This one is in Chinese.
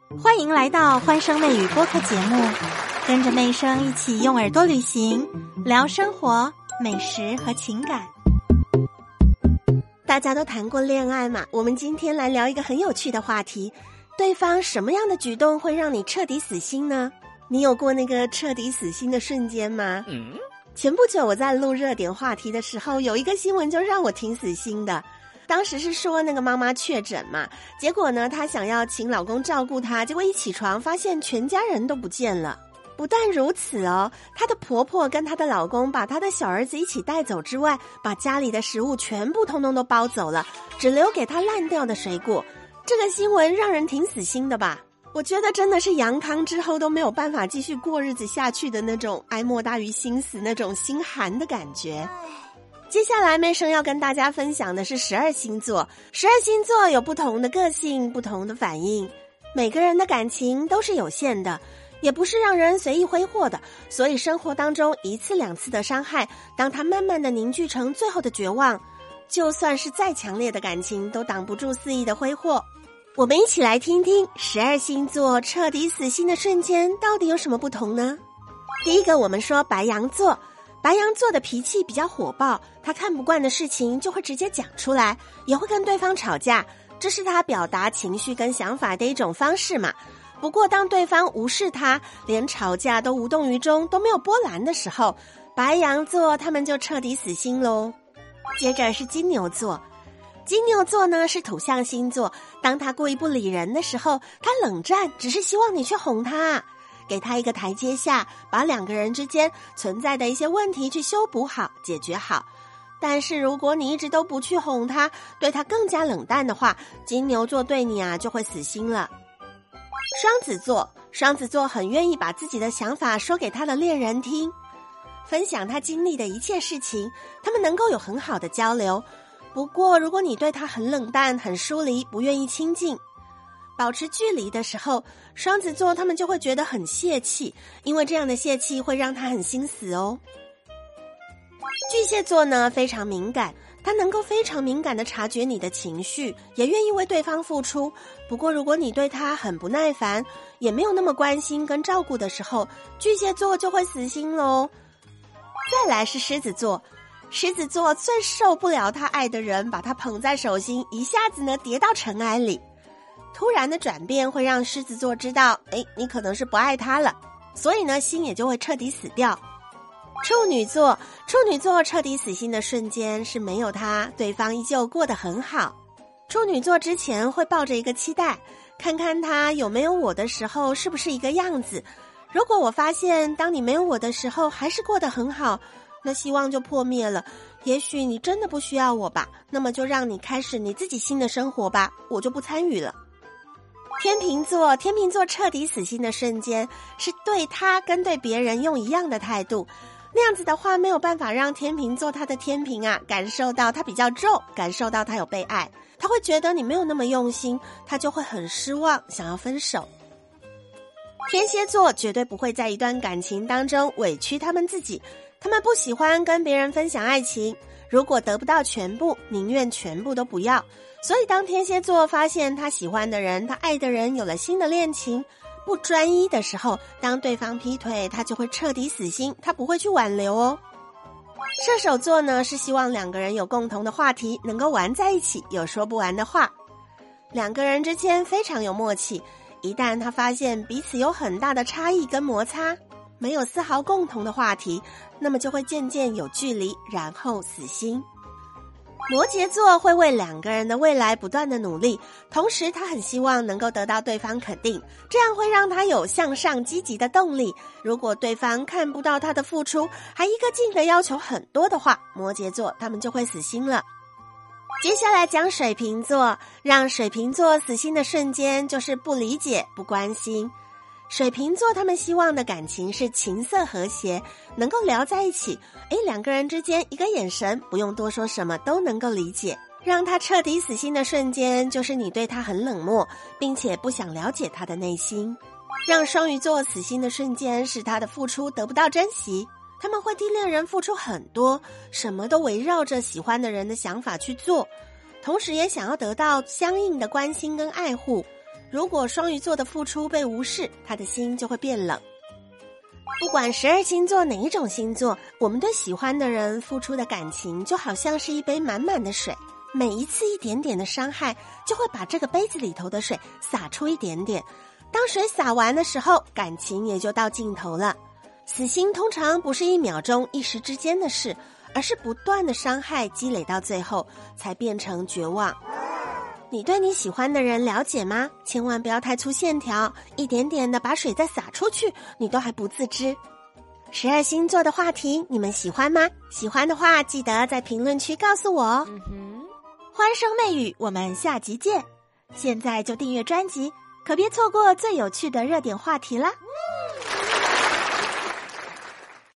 欢迎来到欢声媚语播客节目，跟着媚声一起用耳朵旅行，聊生活、美食和情感。 大家都谈过恋爱嘛，我们今天来聊一个很有趣的话题，对方什么样的举动会让你彻底死心呢？你有过那个彻底死心的瞬间吗？前不久我在录热点话题的时候，有一个新闻就让我挺死心的。当时是说那个妈妈确诊嘛，结果呢她想要请老公照顾她，结果一起床发现全家人都不见了。不但如此哦，她的婆婆跟她的老公把她的小儿子一起带走之外，把家里的食物全部通通都包走了，只留给她烂掉的水果。这个新闻让人挺死心的吧？我觉得真的是阳康之后都没有办法继续过日子下去的那种哀莫大于心死，那种心寒的感觉。接下来媚声要跟大家分享的是12星座。12星座有不同的个性，不同的反应，每个人的感情都是有限的，也不是让人随意挥霍的，所以生活当中一次两次的伤害，当它慢慢的凝聚成最后的绝望，就算是再强烈的感情都挡不住肆意的挥霍。我们一起来听听12星座彻底死心的瞬间到底有什么不同呢？第一个，我们说白羊座。白羊座的脾气比较火爆，他看不惯的事情就会直接讲出来，也会跟对方吵架，这是他表达情绪跟想法的一种方式嘛。不过当对方无视他，连吵架都无动于衷，都没有波澜的时候，白羊座他们就彻底死心咯。接着是金牛座。金牛座呢是土象星座，当他故意不理人的时候，他冷战，只是希望你去哄他，给他一个台阶下，把两个人之间存在的一些问题去修补好、解决好。但是如果你一直都不去哄他，对他更加冷淡的话，金牛座对你就会死心了。双子座很愿意把自己的想法说给他的恋人听，分享他经历的一切事情，他们能够有很好的交流。不过如果你对他很冷淡、很疏离，不愿意亲近，保持距离的时候，双子座他们就会觉得很泄气，因为这样的泄气会让他很心死哦。巨蟹座呢非常敏感，他能够非常敏感地察觉你的情绪，也愿意为对方付出。不过如果你对他很不耐烦，也没有那么关心跟照顾的时候，巨蟹座就会死心咯。再来是狮子座。狮子座最受不了他爱的人把他捧在手心，一下子呢跌到尘埃里。突然的转变会让狮子座知道，你可能是不爱他了，所以呢心也就会彻底死掉。处女座彻底死心的瞬间是没有他，对方依旧过得很好。处女座之前会抱着一个期待，看看他有没有我的时候是不是一个样子。如果我发现当你没有我的时候还是过得很好，那希望就破灭了。也许你真的不需要我吧，那么就让你开始你自己新的生活吧，我就不参与了。天秤座彻底死心的瞬间是对他跟对别人用一样的态度，那样子的话没有办法让天秤座他的天平感受到他比较重，感受到他有被爱，他会觉得你没有那么用心，他就会很失望，想要分手。天蝎座绝对不会在一段感情当中委屈他们自己，他们不喜欢跟别人分享爱情，如果得不到全部，宁愿全部都不要。所以当天蝎座发现他喜欢的人、他爱的人有了新的恋情，不专一的时候，当对方劈腿，他就会彻底死心，他不会去挽留哦。射手座呢是希望两个人有共同的话题，能够玩在一起，有说不完的话。两个人之间非常有默契，一旦他发现彼此有很大的差异跟摩擦，没有丝毫共同的话题，那么就会渐渐有距离，然后死心。摩羯座会为两个人的未来不断的努力，同时他很希望能够得到对方肯定，这样会让他有向上积极的动力。如果对方看不到他的付出，还一个劲的要求很多的话，摩羯座他们就会死心了。接下来讲水瓶座，让水瓶座死心的瞬间就是不理解、不关心。水瓶座他们希望的感情是情色和谐，能够聊在一起，两个人之间一个眼神，不用多说什么都能够理解。让他彻底死心的瞬间就是你对他很冷漠，并且不想了解他的内心。让双鱼座死心的瞬间是他的付出得不到珍惜，他们会替恋人付出很多，什么都围绕着喜欢的人的想法去做，同时也想要得到相应的关心跟爱护。 如果双鱼座的付出被无视，他的心就会变冷。不管12星座哪一种星座，我们对喜欢的人付出的感情就好像是一杯满满的水，每一次一点点的伤害就会把这个杯子里头的水洒出一点点，当水洒完的时候，感情也就到尽头了。死心通常不是1秒钟一时之间的事，而是不断的伤害积累到最后才变成绝望。你对你喜欢的人了解吗？千万不要太粗线条，一点点的把水再洒出去，你都还不自知。12星座的话题你们喜欢吗？喜欢的话记得在评论区告诉我哦。 欢声媚语，我们下集见。现在就订阅专辑，可别错过最有趣的热点话题啦。